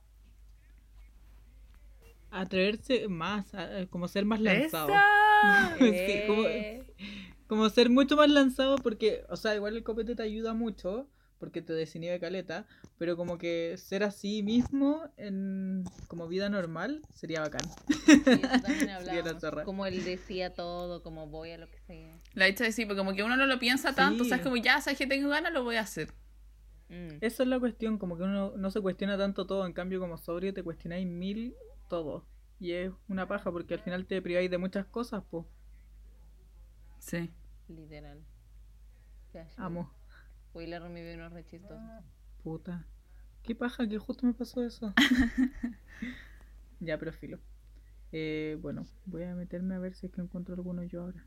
atreverse más, como ser más lanzado. Sí, como ser mucho más lanzado porque, o sea, igual el copete te ayuda mucho porque te desinhibe caleta, pero como que ser así mismo en como vida normal sería bacán. Sí, eso también Sería la hablábamos. zorra. Como él decía todo, como voy a lo que sea. La Itza decía, porque como que uno no lo piensa tanto, Sí. o sea, es como ya, sabes que tengo ganas, lo voy a hacer. Esa es la cuestión, como que uno no se cuestiona tanto todo, en cambio como sobrio te cuestionáis mil todo. Y es una paja porque al final te priváis de muchas cosas, pues. Sí. Literal. Amo. Hoy la Romy ve unos re chistosos. Puta. Qué paja que justo me pasó eso. Ya, pero filo. Bueno, voy a meterme a ver si es que encuentro alguno yo ahora.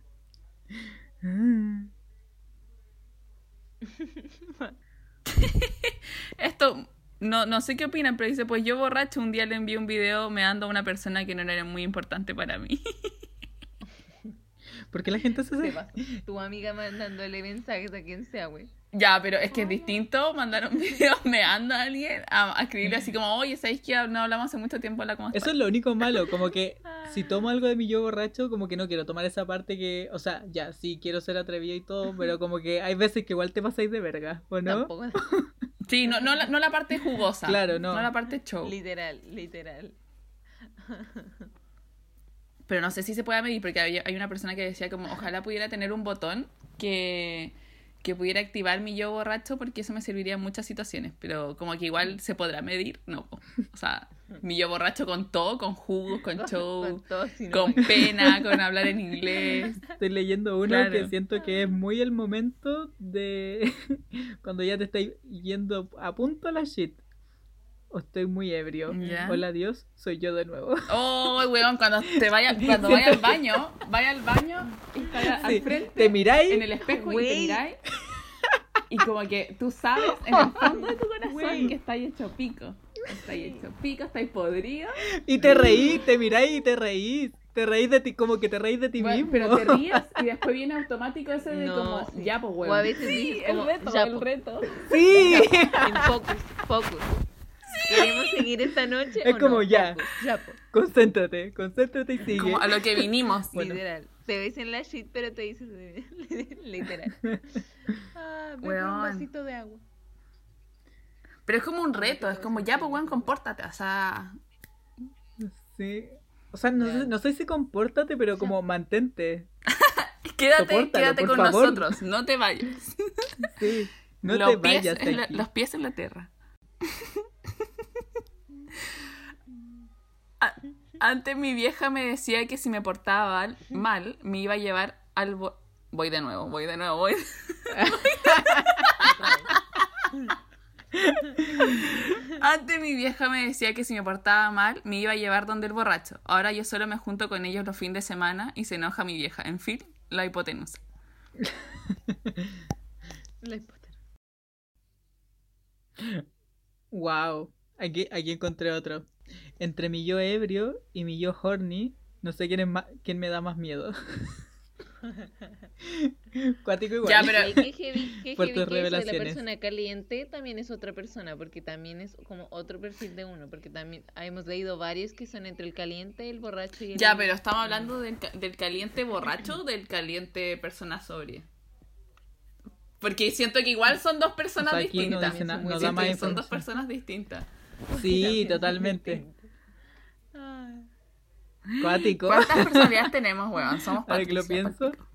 Esto, no sé qué opinan, pero dice, pues yo borracho un día le envié un video me ando a una persona que no era muy importante para mí. ¿Por qué la gente se Te hace? pasa. Tu amiga mandándole mensajes a quien sea, güey. Ya, pero es que es distinto mandar un video me anda a alguien a escribirle así como, oye, ¿sabéis que no hablamos hace mucho tiempo? ¿Cómo estás? Eso es lo único malo, como que si tomo algo de mi yo borracho, como que no quiero tomar esa parte que, o sea, ya, sí quiero ser atrevida y todo, pero como que hay veces que igual te pasáis de verga, ¿o no? Tampoco. Sí, no la parte jugosa. Claro, no. No la parte show. Literal. Pero no sé si se puede medir, porque hay una persona que decía como, ojalá pudiera tener un botón que pudiera activar mi yo borracho, porque eso me serviría en muchas situaciones. Pero como que igual se podrá medir, no. O sea, mi yo borracho con todo, con jugos, con show, Con todo, si no, con güey. pena, con hablar en inglés. Estoy leyendo uno Claro. que siento que es muy el momento de cuando ya te estáis yendo a punto a la shit. O estoy muy ebrio. Ya. Hola Dios, soy yo de nuevo. Oh, weón, cuando vaya al baño y está al Sí, frente, te miráis. en el espejo y te Güey. miráis. Y como que tú sabes en el fondo de tu corazón Güey. que estáis hecho pico. Estáis podrido. Y te reís, te miráis y te reís. Te reís de ti, como que te reís de ti Bueno, mismo. pero te ríes y después viene automático ese de No, como, sí. ya, pues, weón. O a veces sí, dices el como, reto, ya, el po. reto. Sí. En focus. ¿Queremos seguir esta noche? Es o como no? ya. Focus, ya, po. Concéntrate y sigue. Como a lo que vinimos. Bueno. Literal. Te ves en la shit, pero te dices literal. Bebe un Weón. vasito de agua. Pero es como un reto, es como, ya, pues, weón, compórtate. O sea, Sí. O sea, no sé si compórtate, pero como mantente. Sopórtalo, por con favor. nosotros, no te vayas. Sí. No Los te pies vayas de aquí. los pies en la tierra. Antes mi vieja me decía que si me portaba mal, me iba a llevar al... Voy de nuevo. Antes mi vieja me decía que si me portaba mal, me iba a llevar donde el borracho. Ahora yo solo me junto con ellos los fines de semana y se enoja mi vieja. En fin, la hipotenusa. La hipotenusa. Wow. Aquí encontré otro. Entre mi yo ebrio y mi yo horny, no sé quién me da más miedo. Cuático igual. Ya, pero- Y qué heavy que Fuertes eso de la revelaciones. persona caliente también es otra persona, porque también es como otro perfil de uno, porque también hemos leído varios que son entre el caliente, el borracho y el... Ya, pero estamos hablando del caliente borracho o del caliente persona sobria. Porque siento que igual son dos personas O sea, aquí no distintas. dice nada, Muy nos da Siento más que son dos información. personas distintas. Sí, totalmente. Ah, Cuático. ¿Cuántas personalidades tenemos, weón? Somos Ahora que lo Patricia, pienso. palpico.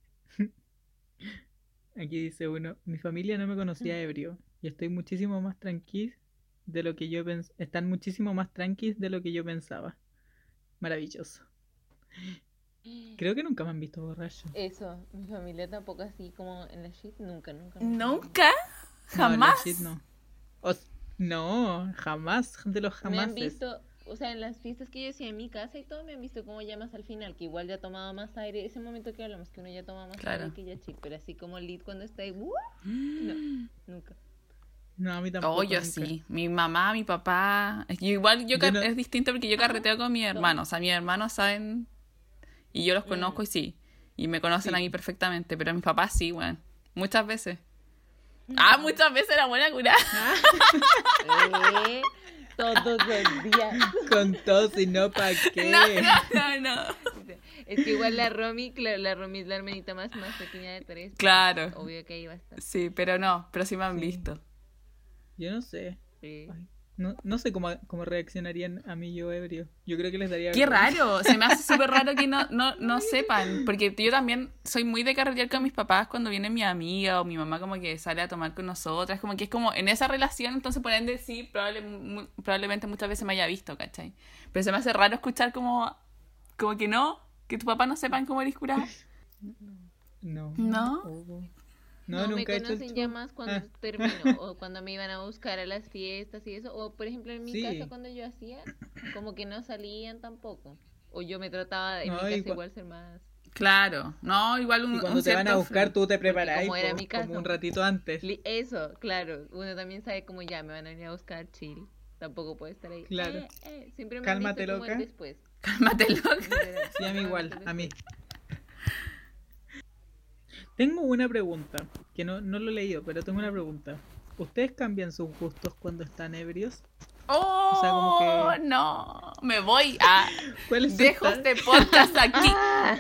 Aquí dice uno, mi familia no me conocía ebrio y estoy muchísimo más tranquis de lo que yo están muchísimo más tranquis de lo que yo pensaba. Maravilloso. Creo que nunca me han visto borracho. eso, mi familia tampoco así como en la shit, nunca. ¿Nunca? No, ¿Jamás? en la shit no. No, jamás de los Me han jamases. visto, o sea, en las fiestas que yo hacía en mi casa y todo, me han visto como ya más al final, que igual ya tomaba más aire, ese momento que hablamos, que uno ya toma más Claro. aire que ya chill, pero así como Lid cuando está ahí, no, nunca. No, a mí tampoco. Oh, yo nunca. sí. Mi mamá, mi papá. Igual Yo no- es distinto porque yo carreteo con mis hermanos. O sea, mis hermanos saben. Y yo los conozco y sí. Y me conocen Sí. a mí perfectamente. Pero mis papás sí, weón. Muchas veces. Ah, muchas veces era buena curada. Todos los días. Con tos y no pa' qué. No. Es que igual la Romy, claro, la Romy es la hermanita más pequeña de tres. Claro. Obvio que ahí va a estar. Sí, pero no. Pero sí me han Sí. visto. Yo no sé. Sí. Ay, No sé cómo reaccionarían a mí yo ebrio. Yo creo que les daría Qué vergüenza. raro, se me hace súper raro que no sepan, porque yo también soy muy de carretear con mis papás cuando viene mi amiga o mi mamá como que sale a tomar con nosotras, como que es como en esa relación, entonces por ende sí, probablemente muchas veces me haya visto, ¿cachai? Pero se me hace raro escuchar como que tu papá no sepan cómo eres curada. No. ¿No? Oh. No, me nunca he hecho el conocen show. ya más cuando termino o cuando me iban a buscar a las fiestas y eso. O por ejemplo en mi Sí. casa cuando yo hacía, como que no salían tampoco. O yo me trataba en No, mi casa igual- igual ser más... Claro, no, igual Y un cuando te van a cierto buscar, tú te preparás como era mi como caso. un ratito antes. Eso, claro. Uno también sabe como ya me van a venir a buscar chill. Tampoco puede estar ahí. Claro. Siempre me Cálmate, han visto como el loca. después. Cálmate, loca. Literal. Sí, a mí igual, Cálmate a mí. después. Tengo una pregunta, que no lo he leído, pero tengo una pregunta. ¿Ustedes cambian sus gustos cuando están ebrios? ¡Oh, O sea, como que- no! Me voy a... ¿Cuál es su Dejo estándar? este podcast aquí.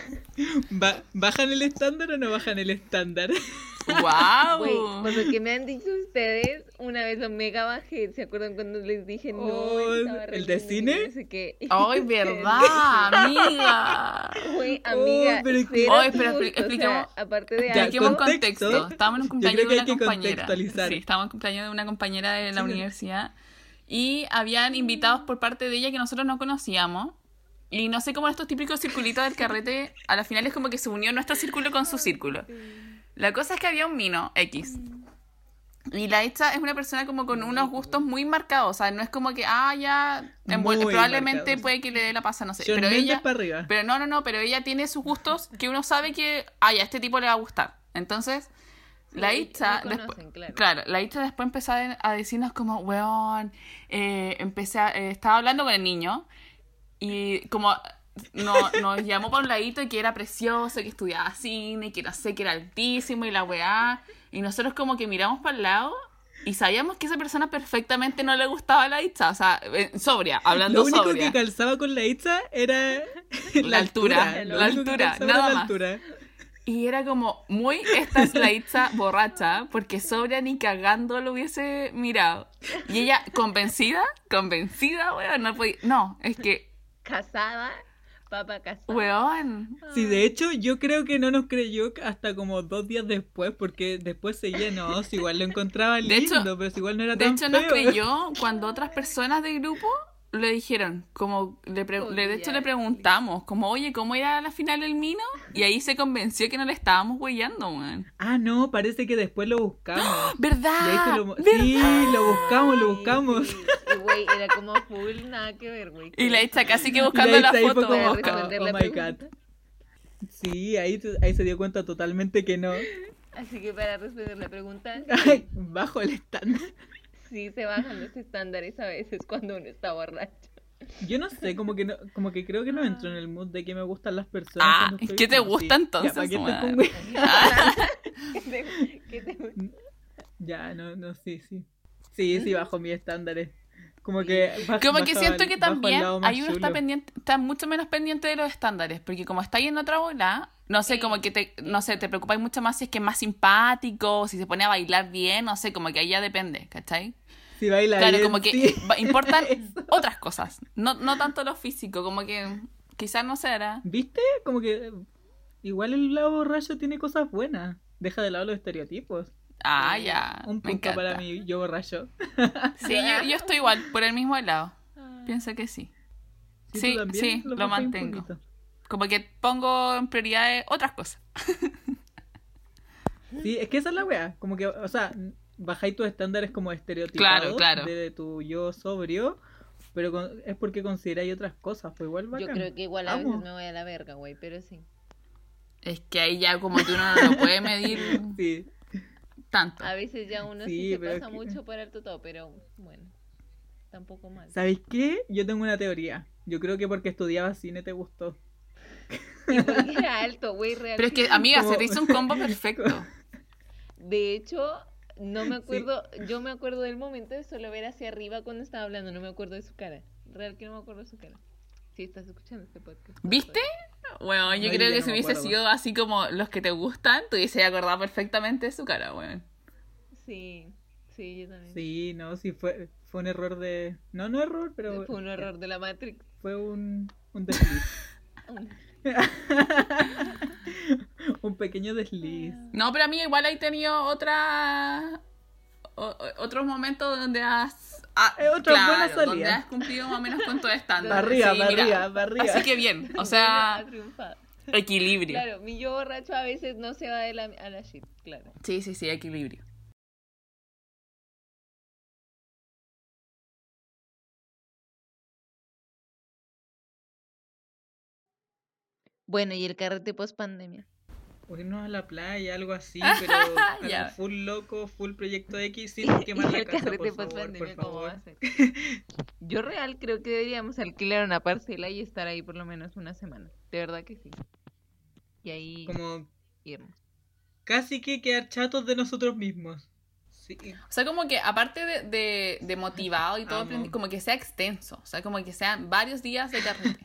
¿Bajan el estándar o no bajan el estándar? ¡Wow! Güey, por lo que me han dicho ustedes, una vez lo mega bajé. ¿Se acuerdan cuando les dije no? Oh, Estaba re ¿el de lindo, cine? No sé qué. ¡Ay, verdad, amiga! Güey, amiga, pero es que- cero Oye, pero gusto, expliquemos- o sea, aparte de Ya, algo, Expliquemos contexto. contexto. Estábamos en un cumpleaños Yo creo que de hay una que compañera. contextualizar. Sí, estábamos en un cumpleaños de una compañera de la Sí. universidad. Y habían invitados por parte de ella que nosotros no conocíamos. Y no sé cómo estos típicos circulitos del carrete, a la final es como que se unió nuestro círculo con su círculo. La cosa es que había un mino X. Y la hecha es una persona como con unos gustos muy marcados. O sea, no es como que, ya, Muy probablemente marcados. puede que le dé la pasa, no sé. Shawn Pero Mendes ella, para arriba. pero no, pero ella tiene sus gustos que uno sabe que, ya, a este tipo le va a gustar. Entonces, la sí, Itza, me después, conocen, claro. la Itza después empezó a decirnos como, weón, estaba hablando con el niño y como nos llamó por un ladito que era precioso, que estudiaba cine, que no sé, que era altísimo y la weá. Y nosotros como que miramos para el lado y sabíamos que esa persona perfectamente no le gustaba la Itza, o sea, sobria, hablando Lo único sobria. que calzaba con la Itza era La altura, Lo la único que altura, calzaba nada era la más. altura. Y era como, esta es la Itza borracha, porque sobria ni cagando lo hubiese mirado. Y ella, convencida, weón, no podía, no, es que, Casada, papa casada. weón, Sí, de hecho, yo creo que no nos creyó hasta como 2 días después, porque después seguía, no, si igual lo encontraba De lindo, hecho- pero si igual no era de tan hecho nos feo. creyó cuando otras personas del grupo le dijeron, como, de hecho le preguntamos, como, oye, ¿cómo era la final del Mino? Y ahí se convenció que no le estábamos huellando, weón. Ah, no, parece que después lo buscamos. ¿Verdad? Y ahí lo ¿verdad? Sí, lo buscamos. Sí, y güey, era como full, nada que ver, güey. Y la Itza casi que Y buscando la ahí fue foto. como, Para busca- responder oh la my pregunta. god. Sí, ahí se dio cuenta totalmente que no. Así que para responder la pregunta, Ay, bajo el estándar. sí se bajan los estándares a veces cuando uno está borracho. Yo no sé, como que creo que no entro en el mood de que me gustan las personas. Ah, cuando estoy- ¿qué te no, gusta sí. entonces, Ya, ¿para qué estoy weón? con güey? ¿Qué te... Ya, no, sí. Sí, bajo mis estándares. Como que Como que siento que bajo el también lado más ahí uno está chulo. pendiente, está mucho menos pendiente de los estándares, porque como está ahí en otra bola, no sé, como que te preocupáis mucho más si es que es más simpático, si se pone a bailar bien, no sé, como que ahí ya depende, ¿cachai? Si baila Claro, bien, como que sí. importan Eso. otras cosas, no tanto lo físico, como que quizás no será. ¿Viste? Como que igual el lado borracho tiene cosas buenas. Deja de lado los estereotipos. Ya, Un me punto encanta. para mí, yo borracho. Sí, yo estoy igual, por el mismo lado, pienso que sí. Sí, ¿tú también? sí, lo bajáis un mantengo. poquito. Como que pongo en prioridad otras cosas. Sí, es que esa es la wea. Como que, o sea, bajáis tus estándares como estereotipados Claro. de tu yo sobrio, pero es porque consideráis otras cosas. Pues igual bacán. Yo creo que igual a Amo. veces me voy a la verga, güey, pero sí. Es que ahí ya como que uno no lo puede medir Sí. tanto. A veces ya uno Sí, sí se pero pasa es que- mucho por alto todo, pero bueno, tampoco mal. ¿Sabéis qué? Yo tengo una teoría. Yo creo que porque estudiabas cine te gustó. Y porque era alto, güey, realmente. Pero es que, amiga, Como- se te hizo un combo perfecto. De hecho, no me acuerdo, yo me acuerdo del momento de solo ver hacia arriba cuando estaba hablando, no me acuerdo de su cara. Real que no me acuerdo de su cara. Si estás escuchando este podcast. ¿Viste? Bueno, yo No, creo yo que no si me hubiese acuerdo. sido así como los que te gustan, te hubiese acordado perfectamente de su cara, weón. Sí, yo también. Sí, no, sí, fue Fue un error de... No error, pero... Fue un error de la Matrix. Fue un desliz. Un pequeño desliz. No, pero a mí igual he tenido otros momentos donde has... buenas salidas. Donde has cumplido más o menos con tu estándar. Barriga. Así que bien, o sea, equilibrio. Claro, mi yo borracho a veces no se va a la shit, claro. Sí, equilibrio. Bueno, y el carrete post pandemia. Irnos a la playa, algo así, pero algo full loco, full proyecto X, sin quemar la casa, por favor. ¿Cómo va a ser? Yo real creo que deberíamos alquilar una parcela y estar ahí por lo menos una semana. De verdad que sí. Y ahí como irnos. Casi que quedar chatos de nosotros mismos. Sí. O sea, como que aparte de motivado y todo, como que sea extenso. O sea, como que sean varios días de carrete.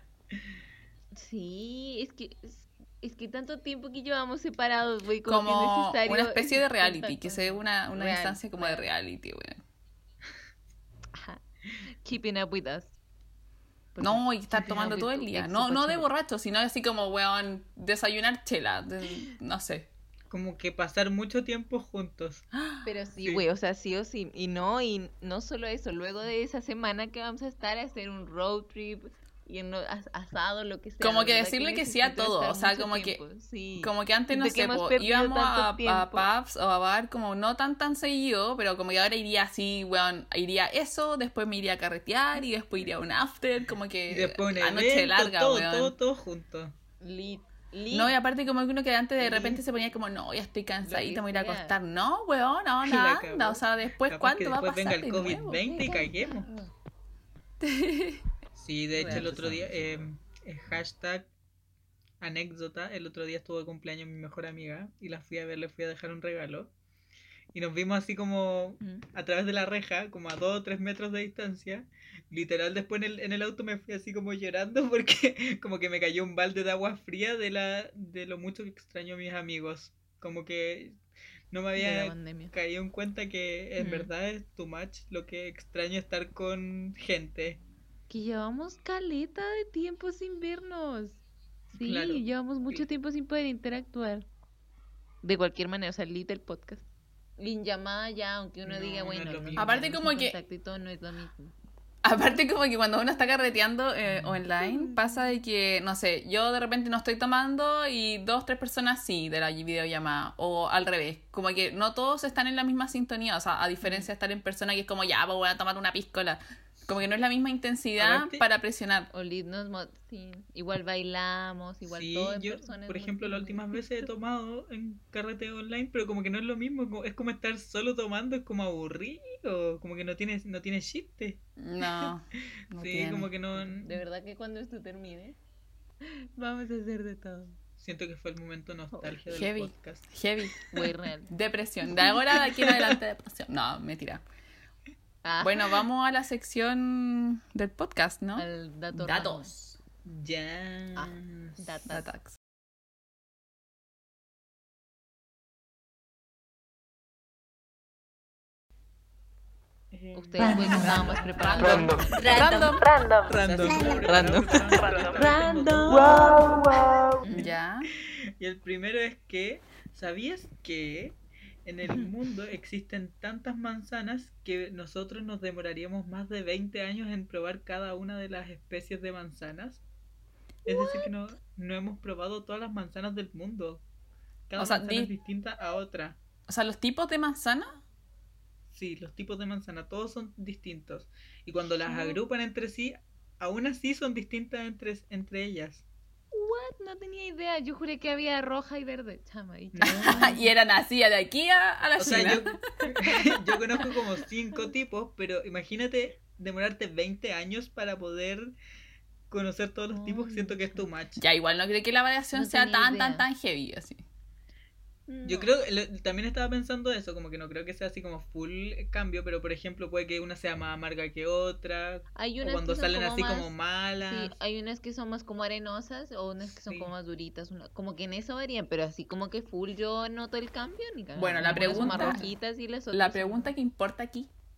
Sí, es que tanto tiempo que llevamos separados, güey, como que es necesario. Una especie de reality, que sea una instancia como de reality, güey. Ajá. Keeping up with us. No, y estar tomando todo el día. No de borracho, sino así como, weón, desayunar chela. No sé. Como que pasar mucho tiempo juntos. Pero sí, güey, o sea, sí o sí. Y no solo eso, luego de esa semana que vamos a estar a hacer un road trip y asado, lo que sea. Como que decirle que sí a todo, o sea, como tiempo. que Sí. como que antes, no sé, íbamos a pubs o a bar como no tan seguido, pero como que ahora iría así, weón, iría eso, después me iría a carretear y después iría a un after, como que y después una noche larga, weón. Todo junto. No, y aparte como que uno que antes de repente se ponía como, no, ya estoy cansadita, me voy a ir a acostar. No, weón, no, nada, o sea, después cuánto va a pasar. Después venga el COVID-20 y caguemos. Sí, de hecho el otro día, hashtag anécdota, el otro día estuvo de cumpleaños mi mejor amiga y la fui a ver, le fui a dejar un regalo y nos vimos así como a través de la reja, como a 2 o 3 metros de distancia. Literal, después en el auto me fui así como llorando porque como que me cayó un balde de agua fría de lo mucho que extraño a mis amigos. Como que no me había caído en cuenta que en verdad es too much lo que extraño estar con gente. Que llevamos caleta de tiempo sin vernos. Sí, claro. Llevamos mucho tiempo sin poder interactuar. De cualquier manera, o sea, el podcast. En llamada ya, aunque uno diga, bueno, no, aparte como que y todo no es lo mismo. Aparte como que cuando uno está carreteando online, pasa de que, no sé, yo de repente no estoy tomando y 2, 3 personas sí de la videollamada, o al revés, como que no todos están en la misma sintonía, o sea, a diferencia de estar en persona que es como, ya, pues voy a tomar una piscola, como que no es la misma intensidad para presionar. Sí, igual bailamos, igual sí, todo en yo, persona. Por ejemplo, las últimas veces he tomado en carreteo online, pero como que no es lo mismo, es como estar solo tomando, es como aburrido, como que no tiene chiste. No sí, tiene. Como que no... De verdad que cuando esto termine, vamos a hacer de todo. Siento que fue el momento nostalgia del podcast. Heavy. Muy real. Depresión. De ahora de aquí en adelante depresión. No, mentira. Bueno, vamos a la sección del podcast, ¿no? Al datos. Ya. Datos. Ustedes pues estábamos preparados. Random. Wow. Ya. Y el primero es que, ¿sabías que en el mundo existen tantas manzanas que nosotros nos demoraríamos más de 20 años en probar cada una de las especies de manzanas? Es decir, que no hemos probado todas las manzanas del mundo. Cada manzana es distinta a otra. O sea, ¿los tipos de manzana? Sí, los tipos de manzana, todos son distintos. Y cuando las agrupan entre sí, aún así son distintas entre ellas. What? No tenía idea. Yo juré que había roja y verde. Chama, y y eran así de aquí a la China. Sea, yo conozco como 5 tipos, pero imagínate demorarte 20 años para poder conocer todos los tipos. Siento que es too much. Ya, igual no creo que la variación sea tan heavy así. Yo creo, también estaba pensando eso, como que no creo que sea así como full cambio, pero por ejemplo puede que una sea más amarga que otra, hay unas o cuando salen así como malas. Sí, hay unas que son más como arenosas o unas que son como más duritas, como que en eso varían, pero así como que full yo noto el cambio. Bueno, la pregunta y las la pregunta que importa aquí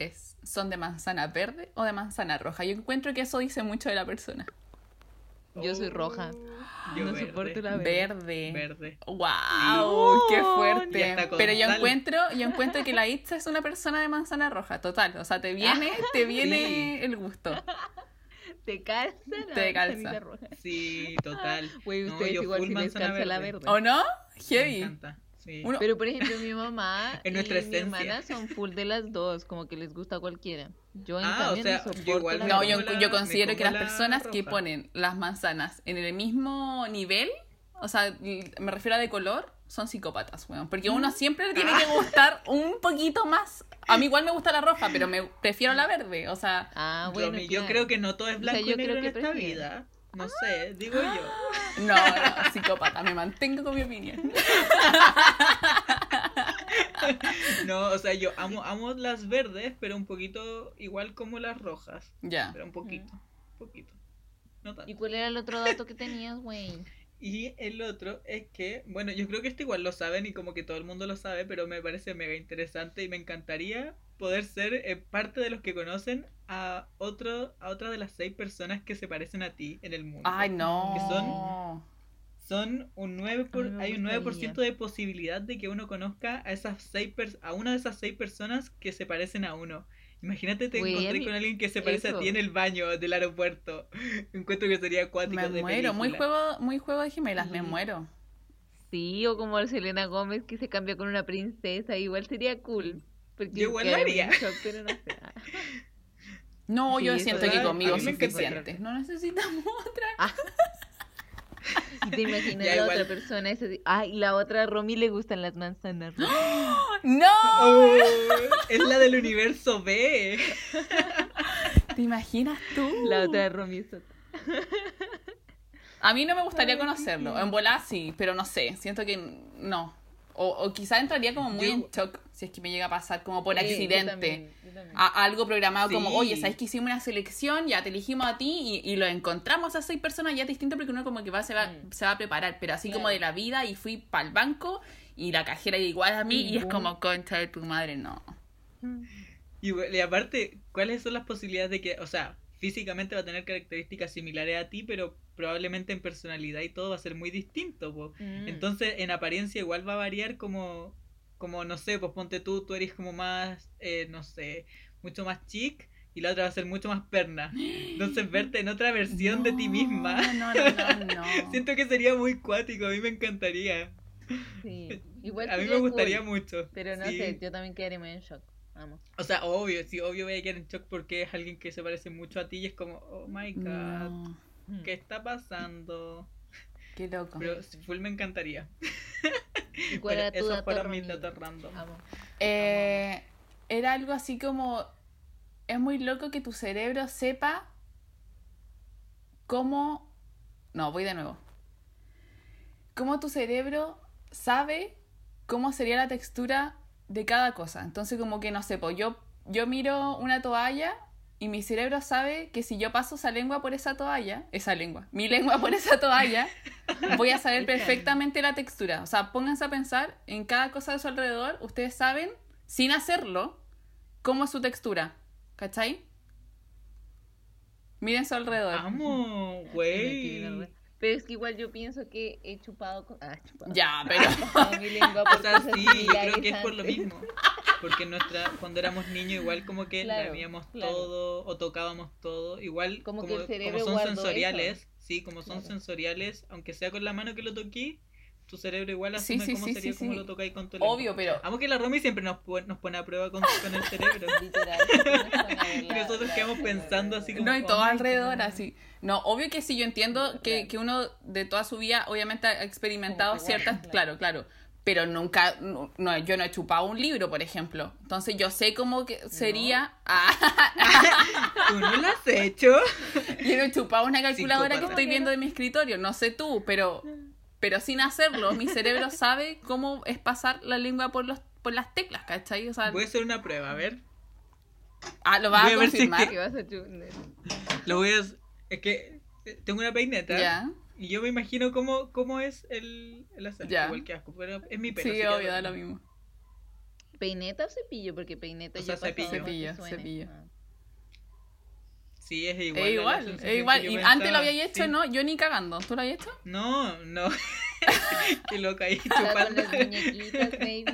¿son de manzana verde o de manzana roja? Yo encuentro que eso dice mucho de la persona. Yo soy roja. Yo No verde. soporto la Verde. Verde. ¡Wow! ¡Qué Y fuerte! hasta con Pero yo sal. encuentro que la Itza es una persona de manzana roja, total. O sea, te viene Sí. el gusto. Te calza la Te calza. manzanita roja. Sí, total. Güey, No, ustedes yo igual full si les manzana calza la verde. verde. ¿O no? Me Heavy. encanta. Sí. Uno- Pero por ejemplo mi mamá En y nuestra mi esencia. hermana son full de las dos, como que les gusta cualquiera. Yo en Ah, cambio o sea, no yo soporto igual la me No, verde. yo, como yo me considero que como las la personas que roja. ponen las manzanas en el mismo nivel, o sea, me refiero a de color, son psicópatas, weón. Porque uno siempre le tiene que gustar un poquito más. A mí igual me gusta la roja, pero me prefiero la verde, o sea... Ah, bueno, Romy, yo claro. creo que no todo es O sea, blanco yo y negro creo en que esta prefiero. vida. No sé, digo yo. No, psicópata, me mantengo con mi opinión. No, o sea, yo amo las verdes, pero un poquito igual como las rojas. Ya. Pero un poquito. Poquito. No tanto. ¿Y cuál era el otro dato que tenías, güey? Y el otro es que, bueno, yo creo que esto igual lo saben y como que todo el mundo lo sabe, pero me parece mega interesante y me encantaría poder ser parte de los que conocen a otra de las 6 personas que se parecen a ti en el mundo. Ay, no. ¿Qué son un 9 A mí me hay un 9% gustaría. de posibilidad de que uno conozca a esas a una de esas 6 personas que se parecen a uno. Imagínate te Güey, a encontré mí- con alguien que se parece a eso. ti en el baño del aeropuerto. Encuentro que sería acuático Me de muero, película. muy juego de gemelas, me Sí. muero. Sí, o como Selena Gómez que se cambia con una princesa, igual sería cool. Porque Yo igual lo quedaría muy haría. en shock, pero no sé. Ah. No, Sí, yo eso siento es que verdad, conmigo a es mí me suficiente. No necesitamos otra. Y te imaginas Ya, la igual. otra persona, esa, ay, la otra Romy le gustan las manzanas rojas. ¡No! Oh, es la del universo B. ¿Te imaginas tú? La otra Romy es otra. A mí no me gustaría Ay, conocerlo. sí. En volar sí, pero no sé. Siento que no. O quizá entraría como muy Yo- en shock si es que me llega a pasar como por Yo accidente. también. A algo programado como, Sí. oye, ¿sabes que hicimos una selección? Ya te elegimos a ti y lo encontramos a 6 personas, ya es distinto porque uno como que se va a preparar, pero así como Claro. de la vida y fui para el banco y la cajera igual a mí Y y es boom. como, concha de tu madre, no. Y aparte, ¿cuáles son las posibilidades de que, o sea, físicamente va a tener características similares a ti, pero probablemente en personalidad y todo va a ser muy distinto, po? Entonces, en apariencia igual va a variar como no sé, pues ponte tú eres como más, no sé, mucho más chic y la otra va a ser mucho más perna. Entonces, verte en otra versión de ti misma, No. siento que sería muy cuático, a mí me encantaría. Sí. Igual A mí sería me gustaría cool, mucho. pero no sí. sé, yo también quedaría muy en shock. Vamos. O sea, obvio, sí, obvio voy a quedar en shock porque es alguien que se parece mucho a ti y es como, oh my god, No. ¿qué está pasando? Qué loco. Pero full me encantaría. ¿Y cuál Pero era tu esos dato, fueron mis Romy? datos random. Vamos. Era algo así como, es muy loco que tu cerebro sepa cómo... No, voy de nuevo. Cómo tu cerebro sabe cómo sería la textura de cada cosa. Entonces como que no sé, pues yo miro una toalla y mi cerebro sabe que si yo paso mi lengua por esa toalla, voy a saber perfectamente la textura. O sea, pónganse a pensar en cada cosa de su alrededor, ustedes saben, sin hacerlo, cómo es su textura. ¿Cachai? Miren su alrededor. Amo, güey. Pero es que igual yo pienso que he chupado chupado. Ya, pero... Pasado mi lengua por O sea, cosas sí, yo creo similares que es por lo antes. mismo. Porque cuando éramos niños, igual como que Claro, lamíamos claro. todo o tocábamos todo. Igual Como como, que el cerebro como son guardó sensoriales, eso. sí, como son Claro. sensoriales, aunque sea con la mano que lo toqué, tu cerebro igual Sí, asume sí, cómo sí, sería sí, como sí. lo tocáis con tu lengua. Obvio, pero... Amo que la Romy siempre nos pone a prueba con el cerebro. Literal. Y nosotros quedamos pensando así como... No, y oh todo my alrededor, God. así. No, obvio que sí, yo entiendo que uno de toda su vida obviamente ha experimentado Como que ciertas... claro. Claro. Pero nunca... No, yo no he chupado un libro, por ejemplo. Entonces yo sé cómo que sería... ¿Tú no lo has hecho? Yo no he chupado una calculadora que Psicópata. estoy viendo de mi escritorio. No sé tú, pero sin hacerlo, mi cerebro sabe cómo es pasar la lengua por las teclas, ¿cachai? O sea, Voy a hacer una prueba, a ver. ¿lo vas voy a a ver si es confirmar? ¿Qué vas a chupar? Lo voy a... Es que tengo una peineta. Ya. Y yo me imagino cómo es el hacer. Ya. Igual que asco, pero es mi pelo. Sí, así que obvio, da da lo mismo. ¿Peineta o cepillo? Porque peineta O yo sea, he pasado cepillo. más que Cepillo, suene. cepillo. Ah. Sí, es igual. Es a la igual, es sensación igual. que yo Y antes lo pensaba, había hecho, sí. ¿no? Yo ni cagando. ¿Tú lo habías hecho? No. Qué loca ahí Estaba con chupando. las muñequitas, baby.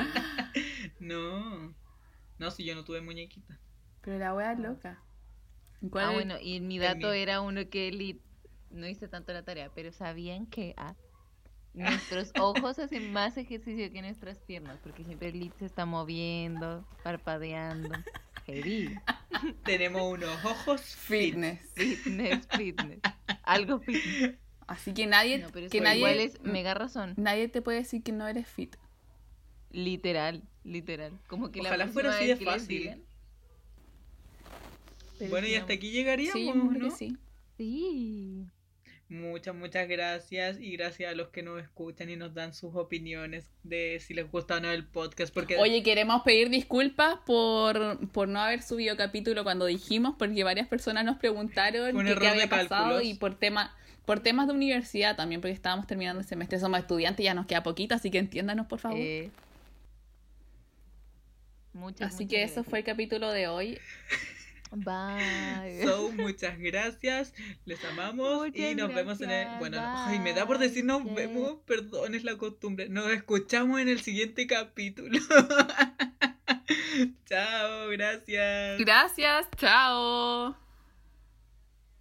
No, si yo no tuve muñequita. Pero la wea es loca. ¿Cuál es? Bueno, y mi El dato mío. era uno que no hice tanto la tarea, pero ¿sabían que nuestros ojos hacen más ejercicio que nuestras piernas? Porque siempre el se está moviendo, parpadeando. Heavy. Tenemos unos ojos Fitness. Fitness. Algo fitness. Así que nadie, No, pero que eso nadie, igual es mega razón. nadie te puede decir que no eres fit. Literal. Como que Ojalá la fuera próxima así vez de que les fácil. digan- Pero Bueno, sí, y hasta vamos. aquí llegaríamos, Sí, yo creo ¿no? que sí. Sí. Muchas gracias y gracias a los que nos escuchan y nos dan sus opiniones de si les gusta o no el podcast. Porque Oye, queremos pedir disculpas por no haber subido capítulo cuando dijimos, porque varias personas nos preguntaron Fue un que error qué había de pasado cálculos. y por temas de universidad también, porque estábamos terminando el semestre, somos estudiantes y ya nos queda poquito, así que entiéndanos, por favor. Así que eso fue el capítulo de hoy. Bye. muchas gracias, les amamos y Muchas nos vemos en el... gracias, Bueno, ay, me da por decir nos bye. vemos, perdón, es la costumbre. Nos escuchamos en el siguiente capítulo. Chao, gracias. Gracias, chao.